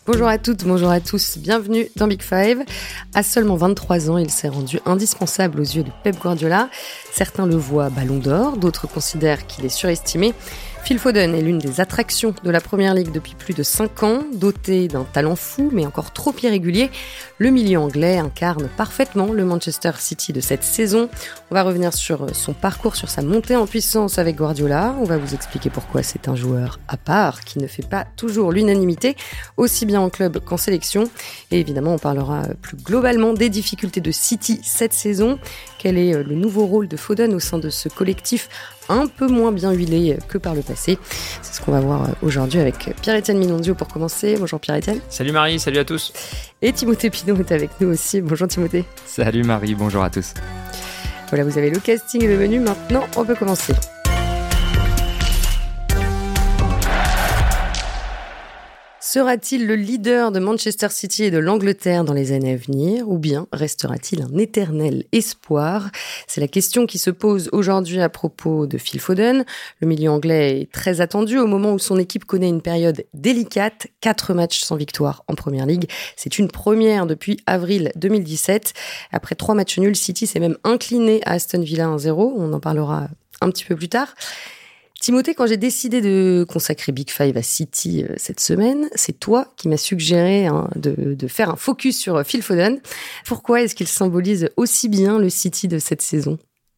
Bonjour à toutes, bonjour à tous, bienvenue dans Big Five. À seulement 23 ans, il s'est rendu indispensable aux yeux de Pep Guardiola. Certains le voient ballon d'or, d'autres considèrent qu'il est surestimé. Phil Foden est l'une des attractions de la Première Ligue depuis plus de 5 ans. Doté d'un talent fou, mais encore trop irrégulier, le milieu anglais incarne parfaitement le Manchester City de cette saison. On va revenir sur son parcours, sur sa montée en puissance avec Guardiola. On va vous expliquer pourquoi c'est un joueur à part, qui ne fait pas toujours l'unanimité, aussi bien en club qu'en sélection. Et évidemment, on parlera plus globalement des difficultés de City cette saison. Quel est le nouveau rôle de Foden au sein de ce collectif un peu moins bien huilé que par le passé? C'est ce qu'on va voir aujourd'hui avec Pierre-Etienne Minondio pour commencer. Bonjour Pierre-Etienne. Salut Marie, salut à tous. Et Timothée Pinot est avec nous aussi. Bonjour Timothée. Salut Marie, bonjour à tous. Voilà, vous avez le casting et le menu. Maintenant, on peut commencer. Sera-t-il le leader de Manchester City et de l'Angleterre dans les années à venir, ou bien restera-t-il un éternel espoir? C'est la question qui se pose aujourd'hui à propos de Phil Foden. Le milieu anglais est très attendu au moment où son équipe connaît une période délicate. 4 matchs sans victoire en Première Ligue. C'est une première depuis avril 2017. Après 3 matchs nuls, City s'est même incliné à Aston Villa 1-0. On en parlera un petit peu plus tard. Timothée, quand j'ai décidé de consacrer Big Five à City cette semaine, c'est toi qui m'as suggéré de faire un focus sur Phil Foden. Pourquoi est-ce qu'il symbolise aussi bien le City de cette saison ?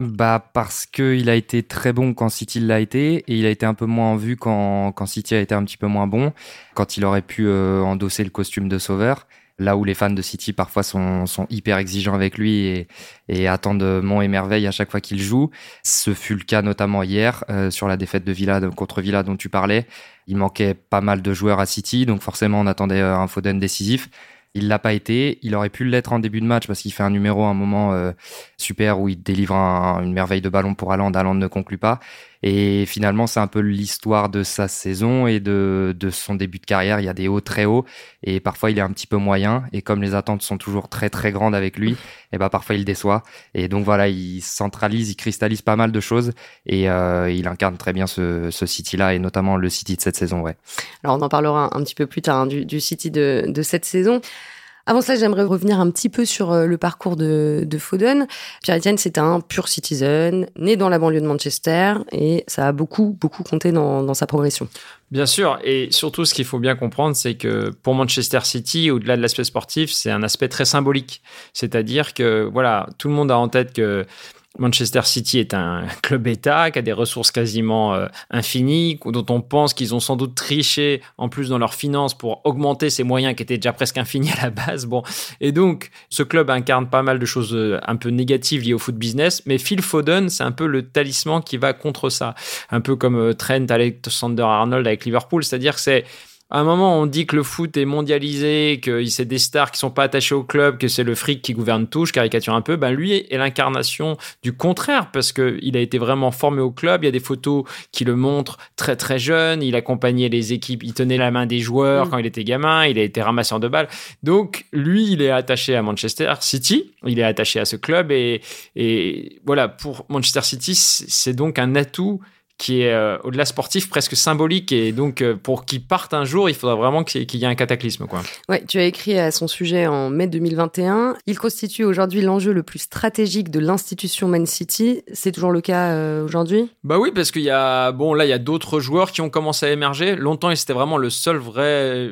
Parce qu'il a été très bon quand City l'a été, et il a été un peu moins en vue quand City a été un petit peu moins bon, quand il aurait pu endosser le costume de sauveur. Là où les fans de City parfois sont hyper exigeants avec lui et attendent monts et merveilles à chaque fois qu'il joue. Ce fut le cas notamment hier sur la défaite de Villa contre Villa dont tu parlais. Il manquait pas mal de joueurs à City, donc forcément on attendait un Foden décisif. Il l'a pas été, il aurait pu l'être en début de match parce qu'il fait un numéro à un moment super où il délivre une merveille de ballon pour Haaland ne conclut pas. Et finalement, c'est un peu l'histoire de sa saison et de son début de carrière. Il y a des hauts très hauts et parfois il est un petit peu moyen. Et comme les attentes sont toujours très très grandes avec lui, et parfois il déçoit. Et donc voilà, il centralise, il cristallise pas mal de choses et il incarne très bien ce City-là et notamment le City de cette saison. Ouais. Alors on en parlera un petit peu plus tard du City de cette saison. Avant cela, j'aimerais revenir un petit peu sur le parcours de Foden. Pierre-Etienne, c'est un pur citizen, né dans la banlieue de Manchester, et ça a beaucoup compté dans sa progression. Bien sûr, et surtout, ce qu'il faut bien comprendre, c'est que pour Manchester City, au-delà de l'aspect sportif, c'est un aspect très symbolique. C'est-à-dire que, voilà, tout le monde a en tête que Manchester City est un club État qui a des ressources quasiment infinies, dont on pense qu'ils ont sans doute triché en plus dans leurs finances pour augmenter ces moyens qui étaient déjà presque infinis à la base. Bon, et donc ce club incarne pas mal de choses un peu négatives liées au foot business, mais Phil Foden, c'est un peu le talisman qui va contre ça, un peu comme Trent Alexander-Arnold avec Liverpool, c'est-à-dire que c'est à un moment, on dit que le foot est mondialisé, que c'est des stars qui sont pas attachés au club, que c'est le fric qui gouverne tout, je caricature un peu. Lui est l'incarnation du contraire parce que il a été vraiment formé au club. Il y a des photos qui le montrent très très jeune. Il accompagnait les équipes, il tenait la main des joueurs quand il était gamin. Il a été ramasseur de balles. Donc lui, il est attaché à Manchester City. Il est attaché à ce club et voilà, pour Manchester City, c'est donc un atout qui est au-delà sportif, presque symbolique. Et donc, pour qu'il parte un jour, il faudra vraiment qu'il y ait un cataclysme, quoi. Ouais, tu as écrit à son sujet en mai 2021. Il constitue aujourd'hui l'enjeu le plus stratégique de l'institution Man City. C'est toujours le cas aujourd'hui ? Oui, parce qu'il y a, là, il y a d'autres joueurs qui ont commencé à émerger. Longtemps, c'était vraiment le seul vrai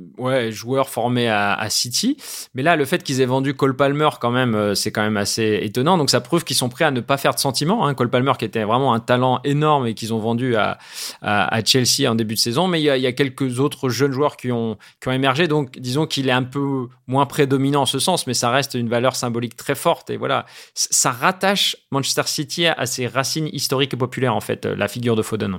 joueur formé à City. Mais là, le fait qu'ils aient vendu Cole Palmer, quand même, c'est quand même assez étonnant. Donc, ça prouve qu'ils sont prêts à ne pas faire de sentiments. Cole Palmer, qui était vraiment un talent énorme et qu'ils ont vendu à Chelsea en début de saison, mais il y a quelques autres jeunes joueurs qui ont émergé, donc disons qu'il est un peu moins prédominant en ce sens, mais ça reste une valeur symbolique très forte, et voilà, ça rattache Manchester City à ses racines historiques et populaires, en fait, la figure de Foden.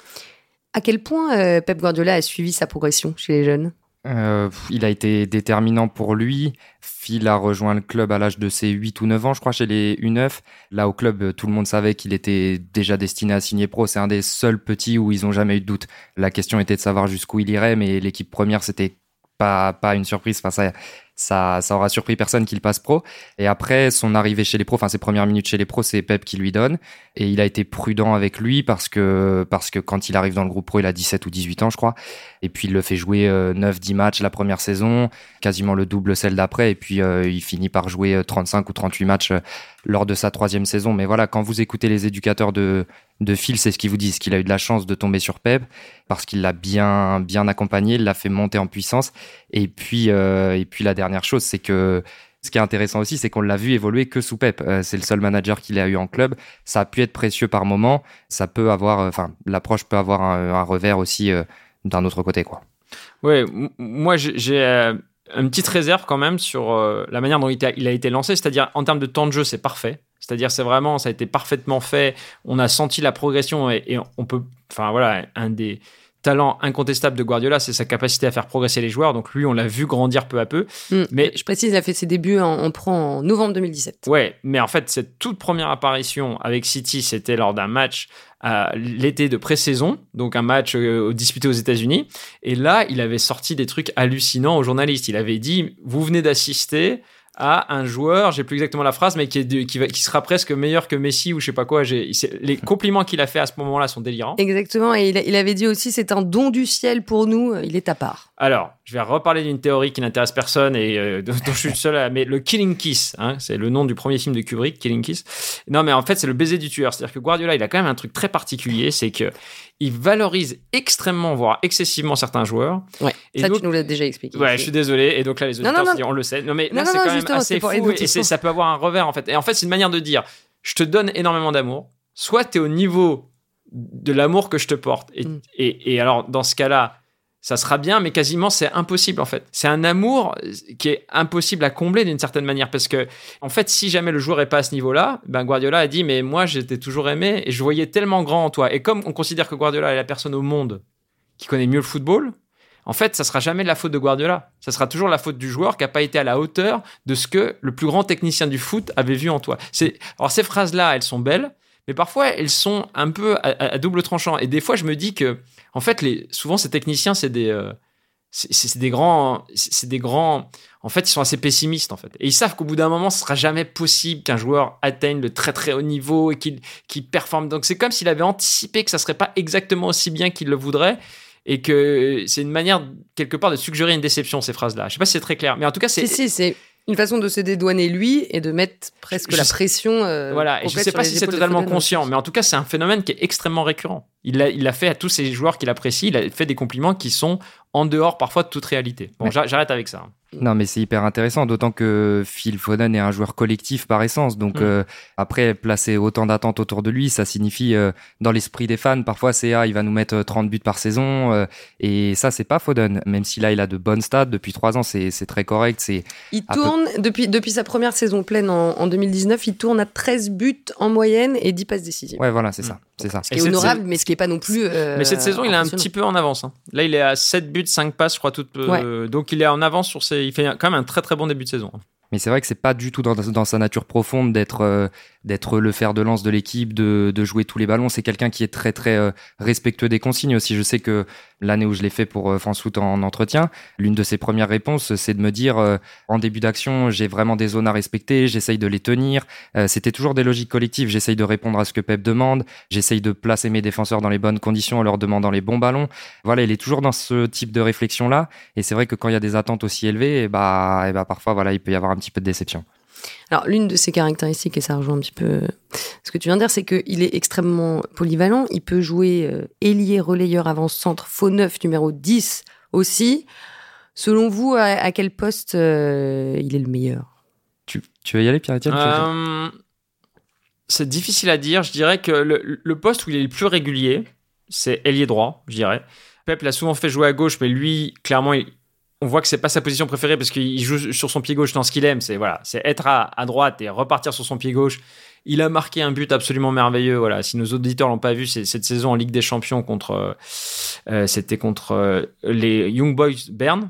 À quel point Pep Guardiola a suivi sa progression chez les jeunes ? Il a été déterminant pour lui. Phil a rejoint le club à l'âge de ses 8 ou 9 ans, je crois, chez les U9. Là, au club, tout le monde savait qu'il était déjà destiné à signer pro. C'est un des seuls petits où ils n'ont jamais eu de doute. La question était de savoir jusqu'où il irait, mais l'équipe première, c'était pas une surprise. Enfin, ça, ça aura surpris personne qu'il passe pro. Et après, son arrivée chez les pros, ses premières minutes chez les pros, c'est Pep qui lui donne. Et il a été prudent avec lui parce que quand il arrive dans le groupe pro, il a 17 ou 18 ans, je crois. Et puis, il le fait jouer 9-10 matchs la première saison, quasiment le double celle d'après. Et puis, il finit par jouer 35 ou 38 matchs lors de sa 3e saison. Mais voilà, quand vous écoutez les éducateurs de Phil, c'est ce qu'ils vous disent, qu'il a eu de la chance de tomber sur Pep parce qu'il l'a bien accompagné, il l'a fait monter en puissance. Et puis la dernière chose, c'est que ce qui est intéressant aussi, c'est qu'on l'a vu évoluer que sous Pep. C'est le seul manager qu'il a eu en club. Ça a pu être précieux par moment. Ça peut avoir, l'approche peut avoir un revers aussi d'un autre côté, quoi. Ouais, moi j'ai une petite réserve quand même sur la manière dont il a été lancé, c'est-à-dire en termes de temps de jeu, c'est parfait. C'est-à-dire, ça a été parfaitement fait. On a senti la progression et on peut, un des talents incontestables de Guardiola, c'est sa capacité à faire progresser les joueurs. Donc lui, on l'a vu grandir peu à peu. Mais je précise, il a fait ses débuts en pro en novembre 2017. Ouais, mais en fait, cette toute première apparition avec City, c'était lors d'un match l'été de pré-saison, donc un match disputé aux États-Unis. Et là, il avait sorti des trucs hallucinants aux journalistes. Il avait dit, vous venez d'assister à un joueur, j'ai plus exactement la phrase, mais qui sera presque meilleur que Messi ou je sais pas quoi. Les compliments qu'il a fait à ce moment-là sont délirants. Exactement, et il avait dit aussi, c'est un don du ciel pour nous, il est à part. Alors, je vais reparler d'une théorie qui n'intéresse personne et dont je suis le seul mais le Killing Kiss, c'est le nom du premier film de Kubrick, Killing Kiss. Non, mais en fait, c'est le baiser du tueur. C'est-à-dire que Guardiola, il a quand même un truc très particulier, c'est que il valorise extrêmement, voire excessivement certains joueurs. Ouais, et ça, tu nous l'as déjà expliqué. Ouais, je suis désolé. Et donc là, les auditeurs se disent, on le sait. Non, mais là, c'est quand même assez fou et ça peut avoir un revers, en fait. Et en fait, c'est une manière de dire, je te donne énormément d'amour. Soit tu es au niveau de l'amour que je te porte. Et alors, dans ce cas-là, ça sera bien, mais quasiment, c'est impossible, en fait. C'est un amour qui est impossible à combler d'une certaine manière. Parce que, en fait, si jamais le joueur n'est pas à ce niveau-là, Guardiola a dit, mais moi, j'étais toujours aimé et je voyais tellement grand en toi. Et comme on considère que Guardiola est la personne au monde qui connaît mieux le football, en fait, ça sera jamais la faute de Guardiola. Ça sera toujours la faute du joueur qui n'a pas été à la hauteur de ce que le plus grand technicien du foot avait vu en toi. Alors, ces phrases-là, elles sont belles, mais parfois, elles sont un peu à double tranchant. Et des fois, je me dis que, en fait, souvent, ces techniciens, c'est des grands. En fait, ils sont assez pessimistes, en fait. Et ils savent qu'au bout d'un moment, ce sera jamais possible qu'un joueur atteigne le très, très haut niveau et qu'il performe. Donc, c'est comme s'il avait anticipé que ça serait pas exactement aussi bien qu'il le voudrait. Et que c'est une manière, quelque part, de suggérer une déception, ces phrases-là. Je sais pas si c'est très clair. Mais en tout cas, c'est une façon de se dédouaner lui et de mettre presque la pression. Voilà, et je ne sais pas si c'est totalement conscient, mais en tout cas, c'est un phénomène qui est extrêmement récurrent. Il l'a fait à tous ces joueurs qu'il apprécie, il a fait des compliments qui sont en dehors parfois de toute réalité. Bon, j'arrête avec ça. Non, mais c'est hyper intéressant, d'autant que Phil Foden est un joueur collectif par essence. Donc après, placer autant d'attentes autour de lui, ça signifie dans l'esprit des fans, parfois c'est il va nous mettre 30 buts par saison. Et ça, c'est pas Foden. Même si là, il a de bonnes stats depuis 3 ans, c'est très correct. Il tourne, depuis sa première saison pleine en 2019, il tourne à 13 buts en moyenne et 10 passes décisives. Ouais, voilà, c'est ça. C'est ça. Ce qui est honorable, mais ce qui n'est pas non plus. Mais cette saison, il est un petit peu en avance. Là, il est à 7 buts, 5 passes, je crois. Donc, il est en avance sur il fait quand même un très très bon début de saison. Mais c'est vrai que c'est pas du tout dans sa nature profonde d'être le fer de lance de l'équipe, de jouer tous les ballons. C'est quelqu'un qui est très très respectueux des consignes aussi. Je sais que l'année où je l'ai fait pour France Foot en entretien, l'une de ses premières réponses, c'est de me dire en début d'action, j'ai vraiment des zones à respecter, j'essaye de les tenir. C'était toujours des logiques collectives. J'essaye de répondre à ce que Pep demande. J'essaye de placer mes défenseurs dans les bonnes conditions en leur demandant les bons ballons. Voilà, il est toujours dans ce type de réflexion-là. Et c'est vrai que quand il y a des attentes aussi élevées, parfois, voilà, il peut y avoir un petit peu de déception. Alors, l'une de ses caractéristiques, et ça rejoint un petit peu ce que tu viens de dire, c'est qu'il est extrêmement polyvalent. Il peut jouer ailier, relayeur, avant-centre, faux neuf, numéro 10 aussi. Selon vous, à quel poste il est le meilleur ? Tu veux y aller, Pierre-Etienne ? C'est difficile à dire. Je dirais que le poste où il est le plus régulier, c'est ailier droit, je dirais. Pep l'a souvent fait jouer à gauche, mais lui, clairement, on voit que c'est pas sa position préférée parce qu'il joue sur son pied gauche dans ce qu'il aime. C'est être à droite et repartir sur son pied gauche. Il a marqué un but absolument merveilleux. Voilà, si nos auditeurs l'ont pas vu, c'est cette saison en Ligue des Champions c'était contre les Young Boys Bern.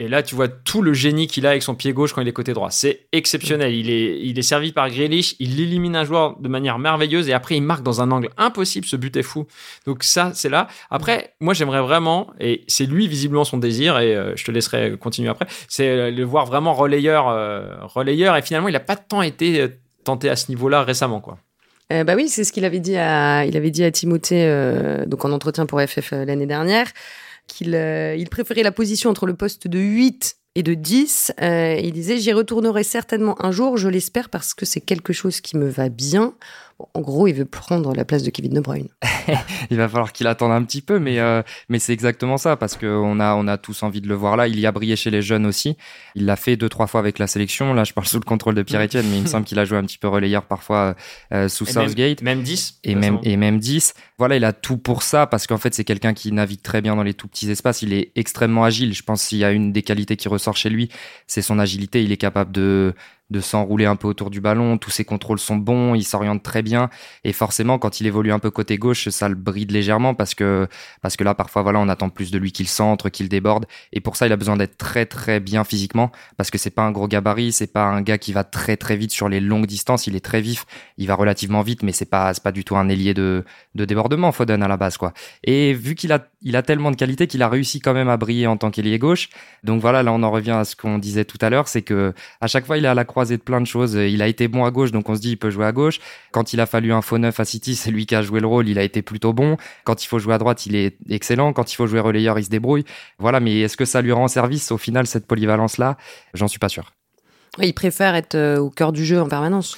Et là, tu vois tout le génie qu'il a avec son pied gauche quand il est côté droit. C'est exceptionnel. Il est servi par Grealish. Il élimine un joueur de manière merveilleuse et après, il marque dans un angle impossible. Ce but est fou. Donc ça, c'est là. Après, moi, j'aimerais vraiment, et c'est lui visiblement son désir, et je te laisserai continuer après, c'est le voir vraiment relayeur. Et finalement, il n'a pas tant été tenté à ce niveau-là récemment, quoi. Bah oui, c'est ce qu'il avait dit à Timothée donc en entretien pour FF l'année dernière, qu'il préférait la position entre le poste de 8 et de 10. Il disait « J'y retournerai certainement un jour, je l'espère, parce que c'est quelque chose qui me va bien. » Bon, en gros, il veut prendre la place de Kevin De Bruyne. Il va falloir qu'il attende un petit peu, mais c'est exactement ça, parce qu'on a tous envie de le voir là. Il y a brillé chez les jeunes aussi. Il l'a fait 2-3 fois avec la sélection. Là, je parle sous le contrôle de Pierre-Etienne, mais il me semble qu'il a joué un petit peu relayeur parfois sous Southgate. Même 10. Et même 10. Voilà, il a tout pour ça, parce qu'en fait, c'est quelqu'un qui navigue très bien dans les tout petits espaces. Il est extrêmement agile. Je pense s'il y a une des qualités qui ressort chez lui, c'est son agilité. Il est capable de s'enrouler un peu autour du ballon, tous ses contrôles sont bons, il s'oriente très bien, et forcément quand il évolue un peu côté gauche, ça le bride légèrement parce que là parfois voilà, on attend plus de lui qu'il centre, qu'il déborde, et pour ça il a besoin d'être très très bien physiquement, parce que c'est pas un gros gabarit, c'est pas un gars qui va très très vite sur les longues distances, il est très vif, il va relativement vite, mais c'est pas du tout un ailier de débordement, Foden à la base quoi. Et vu qu'il a tellement de qualité qu'il a réussi quand même à briller en tant qu'ailier gauche, donc voilà, là on en revient à ce qu'on disait tout à l'heure, c'est que à chaque fois il est à la croisée de plein de choses. Il a été bon à gauche, donc on se dit il peut jouer à gauche. Quand il a fallu un faux neuf à City, c'est lui qui a joué le rôle, il a été plutôt bon. Quand il faut jouer à droite, il est excellent. Quand il faut jouer relayeur, il se débrouille. Voilà, mais est-ce que ça lui rend service au final, cette polyvalence-là ? J'en suis pas sûr. Il préfère être au cœur du jeu en permanence.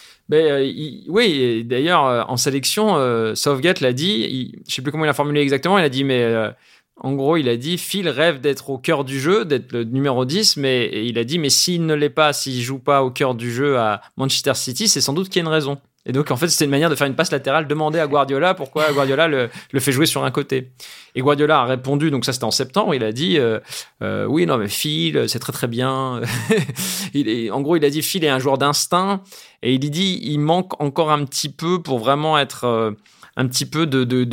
Oui, d'ailleurs, en sélection, Southgate l'a dit, je sais plus comment il a formulé exactement, il a dit, en gros, il a dit Phil rêve d'être au cœur du jeu, d'être le numéro 10, mais il a dit mais s'il ne l'est pas, s'il joue pas au cœur du jeu à Manchester City, c'est sans doute qu'il y a une raison. Et donc en fait, c'était une manière de faire une passe latérale, demander à Guardiola pourquoi Guardiola le fait jouer sur un côté. Et Guardiola a répondu, donc ça c'était en septembre, il a dit oui, non mais Phil, c'est très très bien. En gros, il a dit Phil est un joueur d'instinct, et il dit il manque encore un petit peu pour vraiment être un petit peu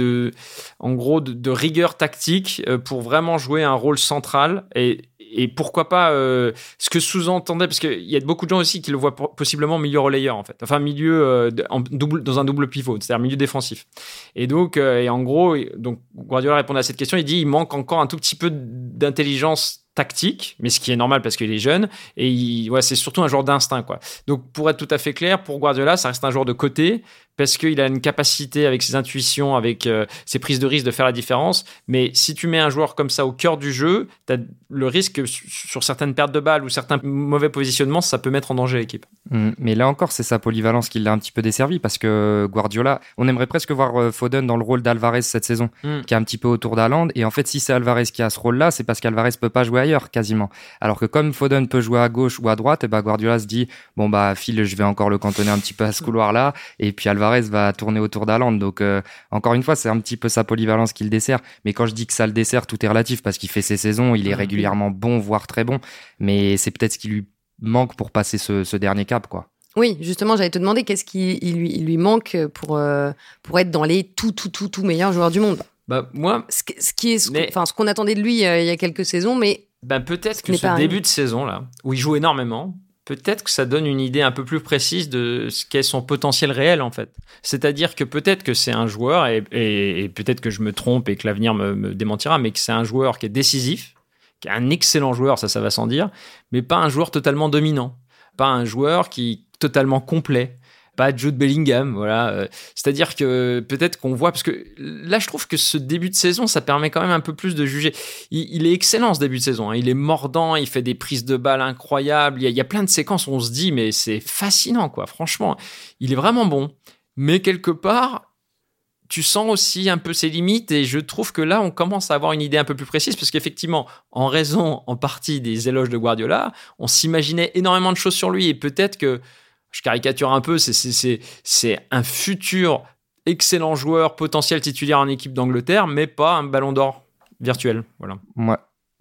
de rigueur tactique pour vraiment jouer un rôle central et pourquoi pas ce que sous-entendait, parce qu'il y a beaucoup de gens aussi qui le voient possiblement milieu relayeur en fait, enfin milieu dans un double pivot, c'est-à-dire milieu défensif. Et donc et en gros, donc Guardiola répondait à cette question, il dit il manque encore un tout petit peu d'intelligence tactique, mais ce qui est normal parce qu'il est jeune, et c'est surtout un joueur d'instinct quoi. Donc pour être tout à fait clair, pour Guardiola ça reste un joueur de côté, parce qu'il a une capacité avec ses intuitions, avec ses prises de risque de faire la différence, mais si tu mets un joueur comme ça au cœur du jeu, tu as le risque que sur certaines pertes de balles ou certains mauvais positionnements, ça peut mettre en danger l'équipe. Mais là encore, c'est sa polyvalence qui l'a un petit peu desservi, parce que Guardiola, on aimerait presque voir Foden dans le rôle d'Alvarez cette saison, qui est un petit peu autour d'Haaland, et en fait si c'est Alvarez qui a ce rôle-là, c'est parce qu'Alvarez peut pas jouer ailleurs quasiment, alors que comme Foden peut jouer à gauche ou à droite, et Guardiola se dit bon Phil, je vais encore le cantonner un petit peu à ce couloir-là, et puis Alvarez va tourner autour d'Haaland, donc encore une fois c'est un petit peu sa polyvalence qui le dessert, mais quand je dis que ça le dessert, tout est relatif, parce qu'il fait ses saisons, il est régulièrement bon, voire très bon, mais c'est peut-être ce qui lui manque pour passer ce dernier cap quoi. Oui, justement, j'allais te demander qu'est-ce qui lui manque pour être dans les tout meilleurs joueurs du monde. Moi, ce qu'on attendait de lui il y a quelques saisons, mais peut-être que ce début de saison là, où il joue énormément, peut-être que ça donne une idée un peu plus précise de ce qu'est son potentiel réel en fait. C'est-à-dire que peut-être que c'est un joueur, et peut-être que je me trompe et que l'avenir me démentira, mais que c'est un joueur qui est décisif, qui est un excellent joueur, ça va sans dire, mais pas un joueur totalement dominant, pas un joueur qui est totalement complet. Pas Jude Bellingham, voilà. C'est-à-dire que peut-être qu'on voit, parce que là, je trouve que ce début de saison, ça permet quand même un peu plus de juger. Il est excellent ce début de saison, hein. Il est mordant, il fait des prises de balles incroyables. Il y a plein de séquences où on se dit, mais c'est fascinant, quoi. Franchement, il est vraiment bon. Mais quelque part, tu sens aussi un peu ses limites, et je trouve que là, on commence à avoir une idée un peu plus précise, parce qu'effectivement, en raison, en partie, des éloges de Guardiola, on s'imaginait énormément de choses sur lui, et peut-être que je caricature un peu, c'est un futur excellent joueur, potentiel titulaire en équipe d'Angleterre, mais pas un ballon d'or virtuel. Voilà.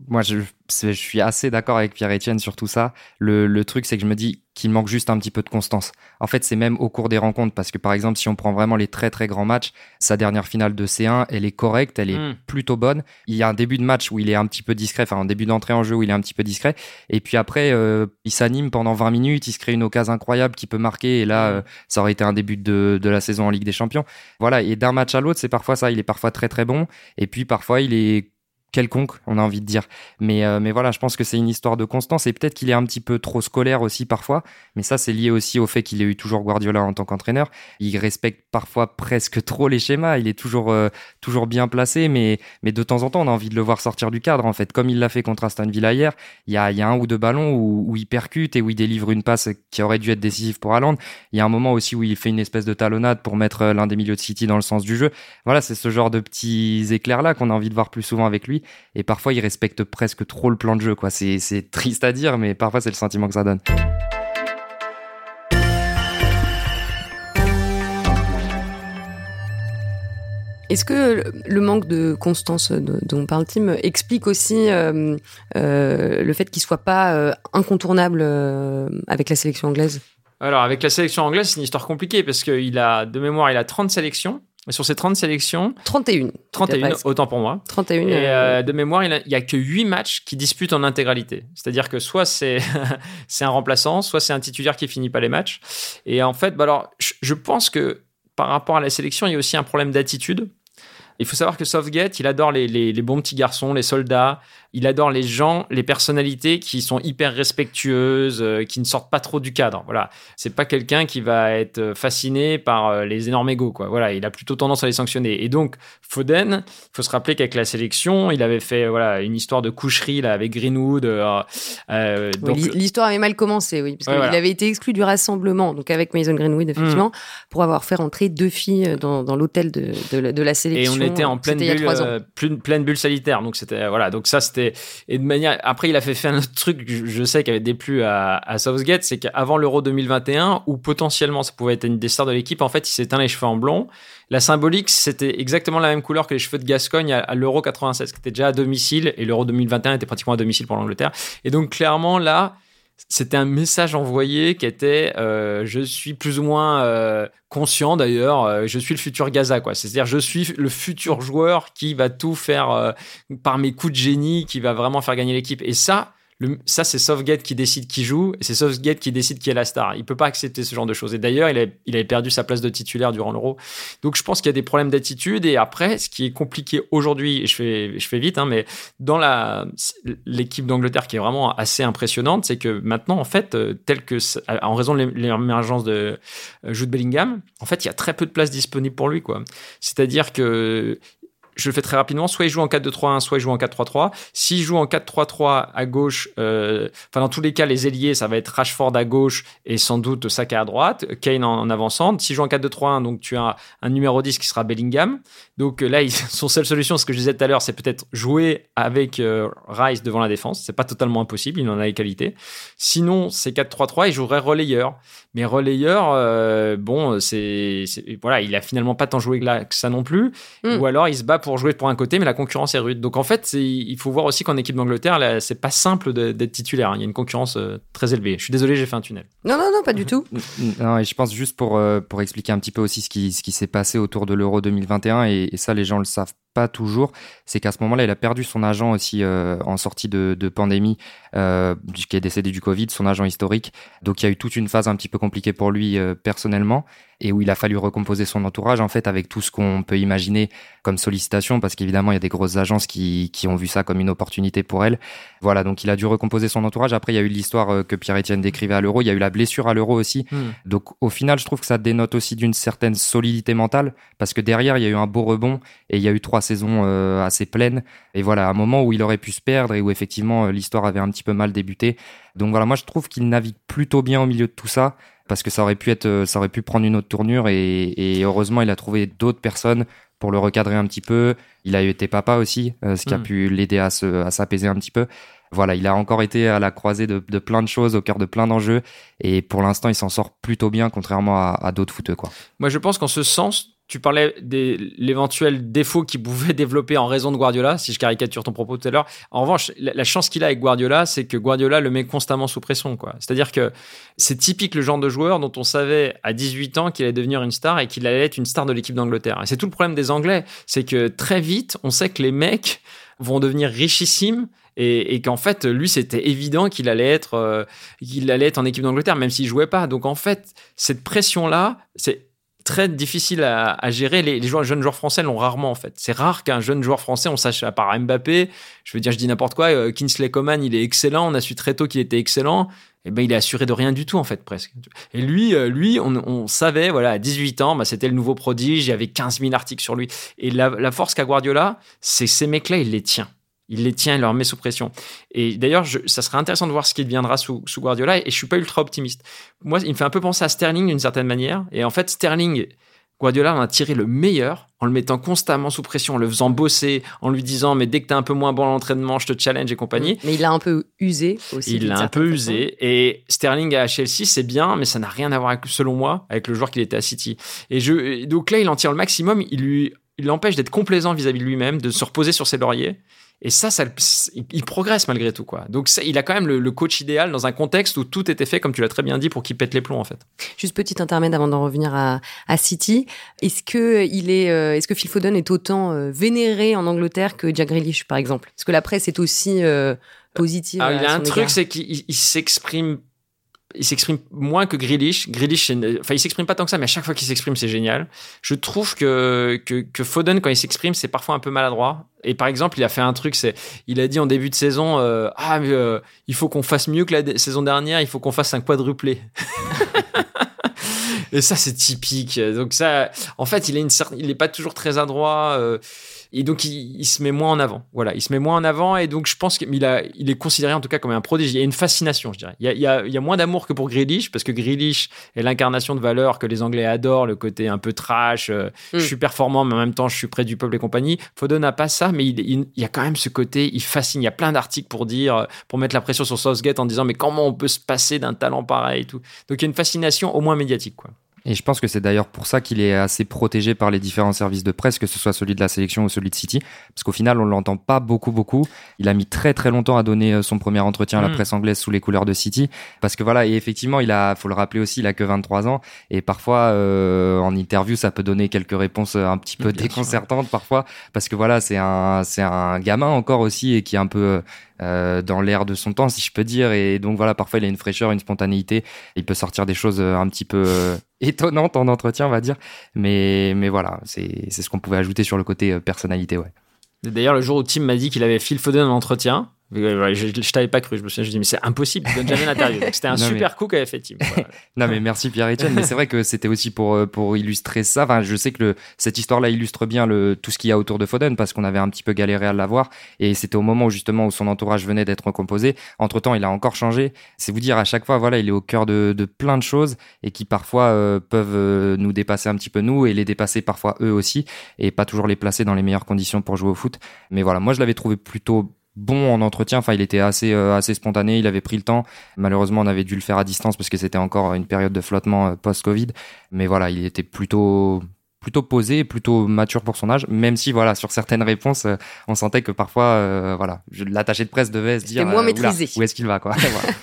Moi, je suis assez d'accord avec Pierre-Etienne sur tout ça. Le truc, c'est que je me dis qu'il manque juste un petit peu de constance. En fait, c'est même au cours des rencontres, parce que par exemple, si on prend vraiment les très très grands matchs, sa dernière finale de C1, elle est correcte, elle est plutôt bonne. Il y a un début de match où il est un petit peu discret, enfin un début d'entrée en jeu où il est un petit peu discret, et puis après, il s'anime pendant 20 minutes, il se crée une occasion incroyable qui peut marquer, et là, ça aurait été un début de la saison en Ligue des Champions. Voilà, et d'un match à l'autre, c'est parfois ça, il est parfois très très bon, et puis parfois il est quelconque, on a envie de dire. Mais voilà, je pense que c'est une histoire de constance et peut-être qu'il est un petit peu trop scolaire aussi parfois. Mais ça, c'est lié aussi au fait qu'il ait eu toujours Guardiola en tant qu'entraîneur. Il respecte parfois presque trop les schémas. Il est toujours bien placé, mais de temps en temps, on a envie de le voir sortir du cadre, en fait. Comme il l'a fait contre Aston Villa hier, il y a un ou deux ballons où il percute et où il délivre une passe qui aurait dû être décisive pour Haaland. Il y a un moment aussi où il fait une espèce de talonnade pour mettre l'un des milieux de City dans le sens du jeu. Voilà, c'est ce genre de petits éclairs-là qu'on a envie de voir plus souvent avec lui. Et parfois, il respecte presque trop le plan de jeu, quoi. C'est triste à dire, mais parfois, c'est le sentiment que ça donne. Est-ce que le manque de constance dont parle Tim explique aussi le fait qu'il soit pas incontournable avec la sélection anglaise ? Alors, avec la sélection anglaise, c'est une histoire compliquée parce qu'il a, de mémoire, il a 30 sélections. Et sur ces 30 sélections... 31, autant pour moi. 31. Et de mémoire, il y a que 8 matchs qui disputent en intégralité. C'est-à-dire que soit c'est un remplaçant, soit c'est un titulaire qui finit pas les matchs. Et en fait, alors, je pense que par rapport à la sélection, il y a aussi un problème d'attitude. Il faut savoir que Southgate, il adore les bons petits garçons, les soldats. Il adore les gens, les personnalités qui sont hyper respectueuses, qui ne sortent pas trop du cadre. Voilà, c'est pas quelqu'un qui va être fasciné par les énormes égos, quoi. Voilà, il a plutôt tendance à les sanctionner. Et donc Foden, il faut se rappeler qu'avec la sélection, il avait fait une histoire de coucherie là avec Greenwood. Donc l'histoire avait mal commencé, oui, parce qu'il avait été exclu du rassemblement, donc avec Mason Greenwood effectivement, pour avoir fait rentrer 2 filles dans l'hôtel de la sélection. Et on était en pleine bulle sanitaire, donc c'était donc ça c'était. Et de manière, après il a fait un autre truc, je sais, qui avait déplu à Southgate, c'est qu'avant l'Euro 2021, où potentiellement ça pouvait être une des stars de l'équipe, en fait il s'est teint les cheveux en blond. La symbolique, c'était exactement la même couleur que les cheveux de Gascogne à l'Euro 96, qui était déjà à domicile, et l'Euro 2021 était pratiquement à domicile pour l'Angleterre. Et donc clairement là, c'était un message envoyé qui était je suis plus ou moins conscient d'ailleurs, je suis le futur Gaza, quoi. C'est-à-dire je suis le futur joueur qui va tout faire par mes coups de génie, qui va vraiment faire gagner l'équipe. Et ça c'est Southgate qui décide qui joue, et c'est Southgate qui décide qui est la star. Il peut pas accepter ce genre de choses. Et d'ailleurs, il avait perdu sa place de titulaire durant l'Euro. Donc je pense qu'il y a des problèmes d'attitude. Et après, ce qui est compliqué aujourd'hui, et je fais vite, mais dans l'équipe d'Angleterre qui est vraiment assez impressionnante, c'est que maintenant, en fait, en raison de l'émergence de Jude Bellingham, en fait, il y a très peu de places disponibles pour lui, quoi. C'est-à-dire que je le fais très rapidement, soit il joue en 4-2-3-1, soit il joue en 4-3-3. S'il joue en 4-3-3 à gauche, dans tous les cas, les ailiers, ça va être Rashford à gauche et sans doute Saka à droite, Kane en avançant. S'il joue en 4-2-3-1, donc tu as un numéro 10 qui sera Bellingham. Donc là, son seule solution, ce que je disais tout à l'heure, c'est peut-être jouer avec Rice devant la défense. C'est pas totalement impossible, il en a les qualités. Sinon, c'est 4-3-3, il jouerait relayeur. Mais relayeur, il a finalement pas tant joué que ça non plus. Ou alors, il se bat pour jouer pour un côté, mais la concurrence est rude. Donc en fait, il faut voir aussi qu'en équipe d'Angleterre, là, c'est pas simple d'être titulaire. Il y a une concurrence très élevée. Je suis désolé, j'ai fait un tunnel. Non, pas du tout. Non, et je pense juste pour expliquer un petit peu aussi ce qui s'est passé autour de l'Euro 2021, et ça, les gens le savent pas toujours, c'est qu'à ce moment-là, il a perdu son agent aussi en sortie de pandémie, qui est décédé du Covid, son agent historique. Donc il y a eu toute une phase un petit peu compliquée pour lui personnellement, et où il a fallu recomposer son entourage, en fait, avec tout ce qu'on peut imaginer comme sollicitation, parce qu'évidemment, il y a des grosses agences qui ont vu ça comme une opportunité pour elle. Voilà, donc il a dû recomposer son entourage. Après, il y a eu l'histoire que Pierre-Etienne décrivait à l'Euro, il y a eu la blessure à l'Euro aussi. Donc au final, je trouve que ça dénote aussi d'une certaine solidité mentale, parce que derrière, il y a eu un beau rebond, et il y a eu 3 saisons assez pleines. Et voilà, un moment où il aurait pu se perdre, et où effectivement, l'histoire avait un petit peu mal débuté. Donc voilà, moi je trouve qu'il navigue plutôt bien au milieu de tout ça, parce que ça aurait pu prendre une autre tournure, et heureusement il a trouvé d'autres personnes pour le recadrer un petit peu. Il a été papa aussi, ce qui a pu l'aider à s'apaiser un petit peu. Voilà, il a encore été à la croisée de plein de choses, au cœur de plein d'enjeux, et pour l'instant il s'en sort plutôt bien, contrairement à d'autres footeux, quoi. Moi je pense qu'en ce sens, tu parlais de l'éventuel défaut qu'il pouvait développer en raison de Guardiola, si je caricature ton propos tout à l'heure. En revanche, la chance qu'il a avec Guardiola, c'est que Guardiola le met constamment sous pression, quoi. C'est-à-dire que c'est typique le genre de joueur dont on savait à 18 ans qu'il allait devenir une star et qu'il allait être une star de l'équipe d'Angleterre. Et c'est tout le problème des Anglais, c'est que très vite, on sait que les mecs vont devenir richissimes et qu'en fait, lui, c'était évident qu'il allait être en équipe d'Angleterre, même s'il jouait pas. Donc en fait, cette pression-là, c'est très difficile à gérer. Les jeunes joueurs français l'ont rarement, en fait. C'est rare qu'un jeune joueur français, on sache, à part Mbappé, je dis n'importe quoi, Kingsley Coman, il est excellent, on a su très tôt qu'il était excellent, et ben il est assuré de rien du tout, en fait, presque. Et lui, on savait, voilà, à 18 ans, c'était le nouveau prodige, il y avait 15 000 articles sur lui. Et la force qu'a Guardiola, c'est ces mecs-là, il les tient. Il les tient, il leur met sous pression. Et d'ailleurs, ça serait intéressant de voir ce qui deviendra sous Guardiola. Et je suis pas ultra optimiste. Moi, il me fait un peu penser à Sterling d'une certaine manière. Et en fait, Sterling, Guardiola en a tiré le meilleur en le mettant constamment sous pression, en le faisant bosser, en lui disant mais dès que t'es un peu moins bon à l'entraînement, je te challenge et compagnie. Mais il l'a un peu usé aussi. Il l'a un peu usé. Et Sterling à Chelsea, c'est bien, mais ça n'a rien à voir, selon moi, avec le joueur qu'il était à City. Et donc là, il en tire le maximum. Il l'empêche d'être complaisant vis-à-vis de lui-même, de se reposer sur ses lauriers. Et ça, il progresse malgré tout, quoi. Donc, il a quand même le coach idéal dans un contexte où tout était fait, comme tu l'as très bien dit, pour qu'il pète les plombs, en fait. Juste petit intermède avant d'en revenir à City. Est-ce que Phil Foden est autant vénéré en Angleterre que Jack Grealish, par exemple? Est-ce que la presse est aussi positive? Alors, il a un truc, c'est qu'il s'exprime moins que Grealish. Grealish, il s'exprime pas tant que ça, mais à chaque fois qu'il s'exprime, c'est génial. Je trouve que Foden, quand il s'exprime, c'est parfois un peu maladroit. Et par exemple, il a fait un truc, il a dit en début de saison, il faut qu'on fasse mieux que la saison dernière, il faut qu'on fasse un quadruplé. Et ça, c'est typique. Donc ça, en fait, il est pas toujours très adroit. Et donc, il se met moins en avant. Voilà, il se met moins en avant. Et donc, je pense qu'il est considéré en tout cas comme un prodige. Il y a une fascination, je dirais. Il y a moins d'amour que pour Grealish, parce que Grealish est l'incarnation de valeur que les Anglais adorent, le côté un peu trash. Je suis performant, mais en même temps, je suis près du peuple et compagnie. Foden n'a pas ça, mais il y a quand même ce côté, il fascine. Il y a plein d'articles pour mettre la pression sur Southgate en disant, mais comment on peut se passer d'un talent pareil et tout. Donc, il y a une fascination au moins médiatique, quoi. Et je pense que c'est d'ailleurs pour ça qu'il est assez protégé par les différents services de presse, que ce soit celui de la sélection ou celui de City, parce qu'au final, on l'entend pas beaucoup. Il a mis très très longtemps à donner son premier entretien à la presse anglaise sous les couleurs de City, parce que voilà, et effectivement, faut le rappeler aussi, il a que 23 ans, et parfois, en interview, ça peut donner quelques réponses un petit peu déconcertantes parfois, parce que voilà, c'est un gamin encore aussi, et qui est un peu dans l'air de son temps, si je peux dire, et donc voilà, parfois il a une fraîcheur, une spontanéité, il peut sortir des choses un petit peu étonnantes en entretien, on va dire, mais voilà, c'est ce qu'on pouvait ajouter sur le côté personnalité, ouais. D'ailleurs, le jour où Tim m'a dit qu'il avait Phil Foden en entretien, je t'avais pas cru, je me suis dit mais c'est impossible, il donne jamais l'interview. Donc c'était un super coup qu'avait fait Tim. Voilà. Non mais merci Pierre-Etienne, mais c'est vrai que c'était aussi pour illustrer ça. Enfin, je sais que cette histoire-là illustre bien tout ce qu'il y a autour de Foden, parce qu'on avait un petit peu galéré à l'avoir, et c'était au moment où son entourage venait d'être recomposé. Entre-temps, il a encore changé. C'est vous dire, à chaque fois, voilà, il est au cœur de plein de choses, et qui parfois peuvent nous dépasser un petit peu nous, et les dépasser parfois eux aussi, et pas toujours les placer dans les meilleures conditions pour jouer au foot. Mais voilà, moi je l'avais trouvé plutôt bon en entretien, enfin il était assez spontané, il avait pris le temps. Malheureusement, on avait dû le faire à distance parce que c'était encore une période de flottement post-Covid, mais voilà, il était plutôt posé, plutôt mature pour son âge, même si voilà, sur certaines réponses, on sentait que parfois l'attaché de presse devait se dire moins maîtrisé. Où est-ce qu'il va, quoi. Voilà.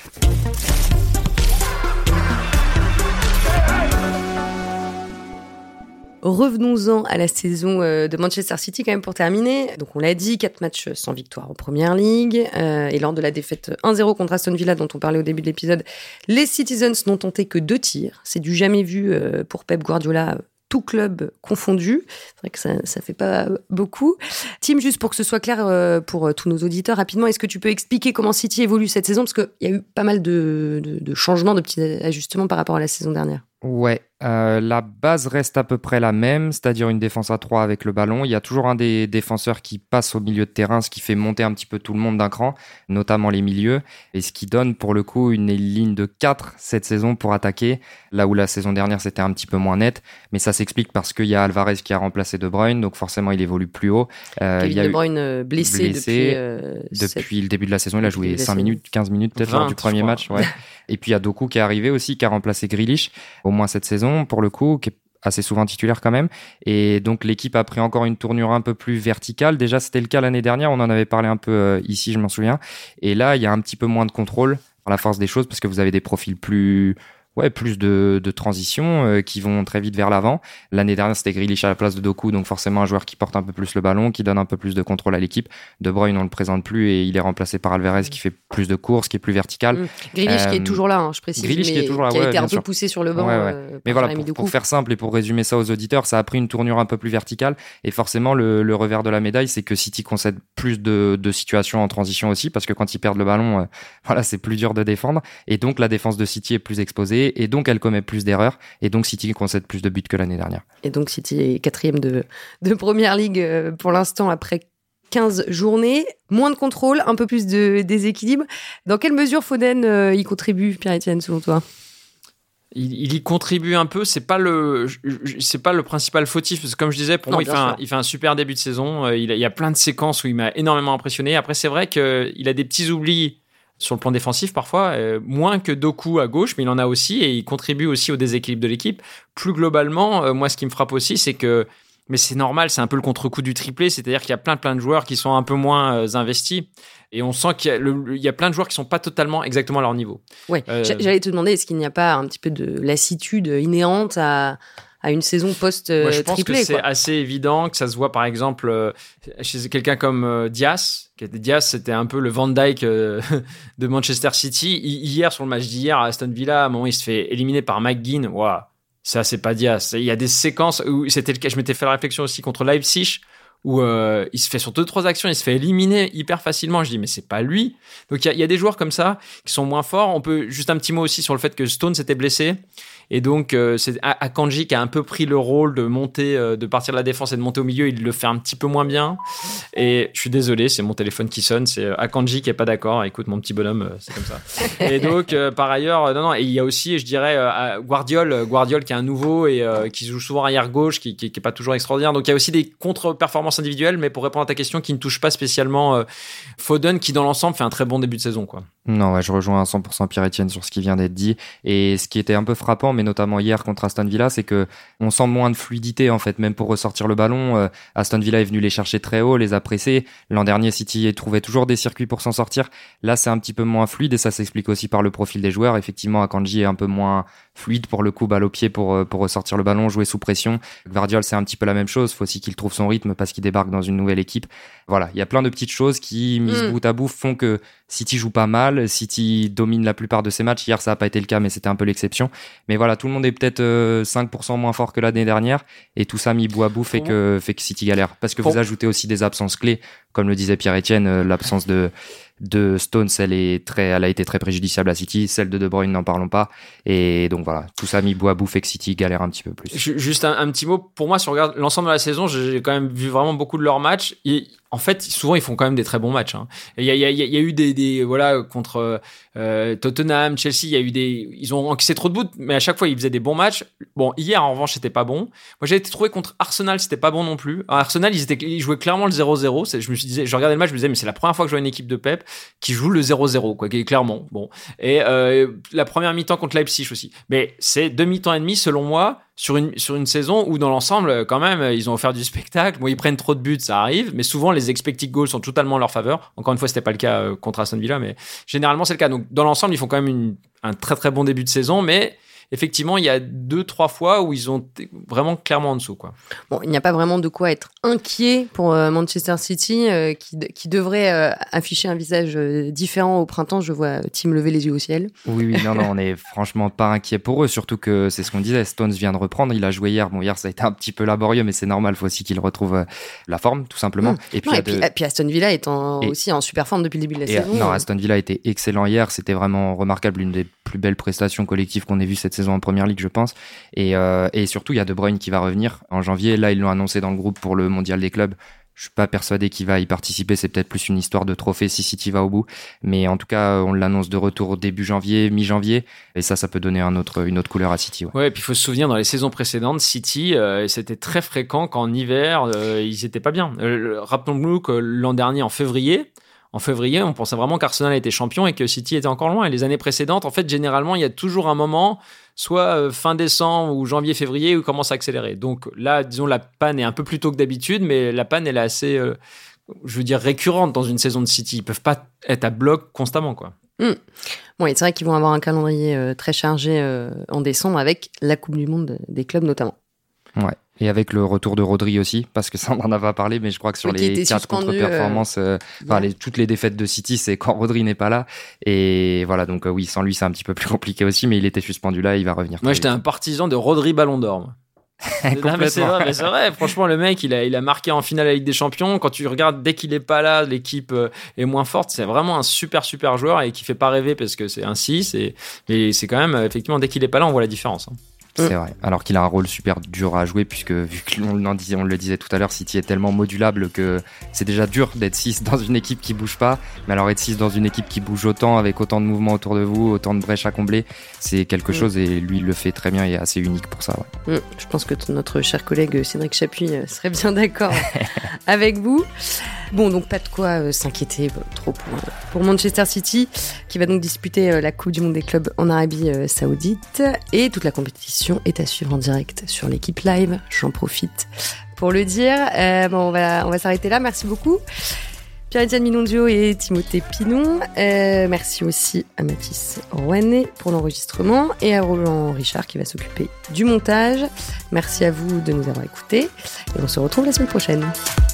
Revenons-en à la saison de Manchester City quand même pour terminer. Donc on l'a dit, 4 matchs sans victoire en Première Ligue. Et lors de la défaite 1-0 contre Aston Villa dont on parlait au début de l'épisode, les Citizens n'ont tenté que 2 tirs. C'est du jamais vu pour Pep Guardiola, tout club confondu. C'est vrai que ça fait pas beaucoup. Tim, juste pour que ce soit clair pour tous nos auditeurs, rapidement, est-ce que tu peux expliquer comment City évolue cette saison? Parce qu'il y a eu pas mal de changements, de petits ajustements par rapport à la saison dernière. Ouais, la base reste à peu près la même, c'est-à-dire une défense à 3 avec le ballon. Il y a toujours un des défenseurs qui passe au milieu de terrain, ce qui fait monter un petit peu tout le monde d'un cran, notamment les milieux, et ce qui donne pour le coup une ligne de 4 cette saison pour attaquer, là où la saison dernière c'était un petit peu moins net, mais ça s'explique parce qu'il y a Alvarez qui a remplacé De Bruyne, donc forcément il évolue plus haut. Kevin De Bruyne blessé depuis le début de la saison, il a joué 5 minutes, 15 minutes peut-être lors du premier match, ouais. Et puis il y a Doku qui est arrivé aussi, qui a remplacé Grealish, au moins cette saison pour le coup, qui est assez souvent titulaire quand même. Et donc, l'équipe a pris encore une tournure un peu plus verticale. Déjà, c'était le cas l'année dernière. On en avait parlé un peu ici, je m'en souviens. Et là, il y a un petit peu moins de contrôle par la force des choses parce que vous avez des profils plus de transition qui vont très vite vers l'avant. L'année dernière, c'était Grealish à la place de Doku, donc forcément un joueur qui porte un peu plus le ballon, qui donne un peu plus de contrôle à l'équipe. De Bruyne, on le présente plus et il est remplacé par Alvarez qui fait plus de courses, qui est plus vertical. Grealish qui est toujours là, je précise, Grealish qui est toujours là, qui a été un peu sûr. poussé sur le banc. Mais voilà, pour faire simple et pour résumer ça aux auditeurs, ça a pris une tournure un peu plus verticale et forcément le revers de la médaille, c'est que City concède plus de situations en transition aussi parce que quand ils perdent le ballon, c'est plus dur de défendre et donc la défense de City est plus exposée et donc elle commet plus d'erreurs et donc City concède plus de buts que l'année dernière. Et donc City est 4e de Première Ligue pour l'instant après 15 journées. Moins de contrôle, un peu plus de déséquilibre. Dans quelle mesure Foden y contribue, Pierre-Etienne, selon toi ? Il y contribue un peu, c'est pas le principal fautif parce que comme je disais, pour moi il fait un super début de saison, il y a plein de séquences où il m'a énormément impressionné. Après c'est vrai qu'il a des petits oublis sur le plan défensif parfois, moins que Doku à gauche, mais il en a aussi et il contribue aussi au déséquilibre de l'équipe. Plus globalement, moi ce qui me frappe aussi, c'est que, mais c'est normal, c'est un peu le contre-coup du triplé, c'est-à-dire qu'il y a plein de joueurs qui sont un peu moins investis et on sent qu'il y a plein de joueurs qui sont pas totalement exactement à leur niveau. Ouais, j'allais te demander, est-ce qu'il n'y a pas un petit peu de lassitude inhérente à une saison post-triplé. Moi, je pense que c'est assez évident, que ça se voit par exemple chez quelqu'un comme Diaz. Diaz, c'était un peu le Van Dijk de Manchester City. Hier, sur le match d'hier à Aston Villa, à un moment, il se fait éliminer par McGinn. Waouh, ça, c'est pas Diaz. Il y a des séquences où c'était le cas. Je m'étais fait la réflexion aussi contre Leipzig, où il se fait sur 2-3 actions, il se fait éliminer hyper facilement. Je dis, mais c'est pas lui. Donc, il y a des joueurs comme ça qui sont moins forts. On peut juste un petit mot aussi sur le fait que Stones s'était blessé. Et donc, c'est Akanji qui a un peu pris le rôle de monter, de partir de la défense et de monter au milieu. Il le fait un petit peu moins bien. Et je suis désolé, c'est mon téléphone qui sonne. C'est Akanji qui est pas d'accord. Écoute, mon petit bonhomme, c'est comme ça. Et donc, par ailleurs, non. Et il y a aussi, je dirais, Guardiol qui est un nouveau et qui joue souvent arrière gauche, qui est pas toujours extraordinaire. Donc, il y a aussi des contre-performances individuelles. Mais pour répondre à ta question, qui ne touche pas spécialement Foden, qui dans l'ensemble fait un très bon début de saison, quoi. Non, ouais, je rejoins à 100% Pierre-Etienne sur ce qui vient d'être dit. Et ce qui était un peu frappant, mais notamment hier contre Aston Villa, c'est que on sent moins de fluidité en fait, même pour ressortir le ballon. Aston Villa est venu les chercher très haut, les a pressés. L'an dernier, City trouvait toujours des circuits pour s'en sortir. Là, c'est un petit peu moins fluide et ça s'explique aussi par le profil des joueurs. Effectivement, Akanji est un peu moins fluide pour le coup, balle au pied pour ressortir le ballon, jouer sous pression. Guardiola, c'est un petit peu la même chose. Faut aussi qu'il trouve son rythme parce qu'il débarque dans une nouvelle équipe. Voilà, il y a plein de petites choses qui, mises bout à bout, font que City joue pas mal. City domine la plupart de ses matchs. Hier, ça n'a pas été le cas, mais c'était un peu l'exception. Mais voilà, tout le monde est peut-être 5% moins fort que l'année dernière. Et tout ça mis bout à bout fait que City galère. Parce que vous ajoutez aussi des absences clés. Comme le disait Pierre-Etienne, l'absence de Stones, elle a été très préjudiciable à City. Celle de Bruyne, n'en parlons pas. Et donc voilà, tout ça mis bout à bout fait que City galère un petit peu plus. Juste un petit mot. Pour moi, si on regarde l'ensemble de la saison, j'ai quand même vu vraiment beaucoup de leurs matchs. En fait, souvent, ils font quand même des très bons matchs. Il y a eu des voilà, contre Tottenham, Chelsea, ils ont encaissé trop de buts, mais à chaque fois, ils faisaient des bons matchs. Bon, hier, en revanche, c'était pas bon. Moi, j'ai été trouvé contre Arsenal, c'était pas bon non plus. Arsenal, ils jouaient clairement le 0-0. Je regardais le match, je me disais, mais c'est la première fois que je vois une équipe de Pep qui joue le 0-0, quoi, clairement. Bon. Et la première mi-temps contre Leipzig aussi. Mais c'est 2 mi-temps et demi, selon moi, sur une saison où dans l'ensemble quand même ils ont offert du spectacle. Bon, ils prennent trop de buts, ça arrive, mais souvent les expected goals sont totalement en leur faveur. Encore une fois, c'était pas le cas contre Aston Villa, mais généralement c'est le cas. Donc dans l'ensemble, ils font quand même un très très bon début de saison, mais effectivement, il y a 2-3 fois où ils ont vraiment clairement en dessous, quoi. Bon, il n'y a pas vraiment de quoi être inquiet pour Manchester City, qui devrait afficher un visage différent au printemps. Je vois Tim lever les yeux au ciel. Oui, non, on n'est franchement pas inquiet pour eux, surtout que c'est ce qu'on disait, Stones vient de reprendre, il a joué hier. Bon, hier, ça a été un petit peu laborieux, mais c'est normal, il faut aussi qu'il retrouve la forme, tout simplement. Et puis Aston Villa est aussi en super forme depuis le début de la saison. Non, Aston Villa était excellent hier, c'était vraiment remarquable, une des plus belles prestations collectives qu'on ait vues cette saison en Première Ligue, je pense. Et surtout, il y a De Bruyne qui va revenir en janvier. Là, ils l'ont annoncé dans le groupe pour le mondial des clubs. Je suis pas persuadé qu'il va y participer. C'est peut-être plus une histoire de trophée si City va au bout. Mais en tout cas, on l'annonce de retour début janvier, mi-janvier. Et ça peut donner une autre couleur à City. Ouais, et puis il faut se souvenir, dans les saisons précédentes, City, c'était très fréquent qu'en hiver, ils étaient pas bien. Rappelons-nous que l'an dernier, en février, en février, on pensait vraiment qu'Arsenal était champion et que City était encore loin. Et les années précédentes, en fait, généralement, il y a toujours un moment, soit fin décembre ou janvier, février, où il commence à accélérer. Donc là, disons, la panne est un peu plus tôt que d'habitude, mais la panne, elle est assez, récurrente dans une saison de City. Ils peuvent pas être à bloc constamment, quoi. Bon, et c'est vrai qu'ils vont avoir un calendrier très chargé en décembre avec la Coupe du Monde des clubs notamment. Ouais. Et avec le retour de Rodri aussi, parce que ça on en a pas parlé, mais je crois que sur les 4 contre-performances, toutes les défaites de City, c'est quand Rodri n'est pas là. Et voilà, donc oui, sans lui, c'est un petit peu plus compliqué aussi, mais il était suspendu là, il va revenir. Moi, j'étais un partisan de Rodri Ballon d'Or. Moi. Non, mais c'est vrai, franchement, le mec, il a marqué en finale de la Ligue des Champions. Quand tu regardes, dès qu'il est pas là, l'équipe est moins forte. C'est vraiment un super joueur et qui fait pas rêver parce que c'est un 6. Mais c'est quand même, effectivement, dès qu'il est pas là, on voit la différence. C'est vrai. Alors qu'il a un rôle super dur à jouer, puisque vu qu'on le disait tout à l'heure, City est tellement modulable que c'est déjà dur d'être 6 dans une équipe qui bouge pas. Mais alors être 6 dans une équipe qui bouge autant, avec autant de mouvements autour de vous, autant de brèches à combler, c'est quelque chose et lui il le fait très bien et est assez unique pour ça. Ouais. Je pense que notre cher collègue Cédric Chapuis serait bien d'accord avec vous. Bon, donc pas de quoi s'inquiéter trop pour Manchester City, qui va donc disputer la Coupe du Monde des clubs en Arabie Saoudite. Et toute la compétition est à suivre en direct sur l'équipe live. J'en profite pour le dire. On va s'arrêter là. Merci beaucoup, Pierre-Etienne Minondio et Timothée Pinon. Merci aussi à Mathis Rouanet pour l'enregistrement et à Roland Richard qui va s'occuper du montage. Merci à vous de nous avoir écoutés et on se retrouve la semaine prochaine.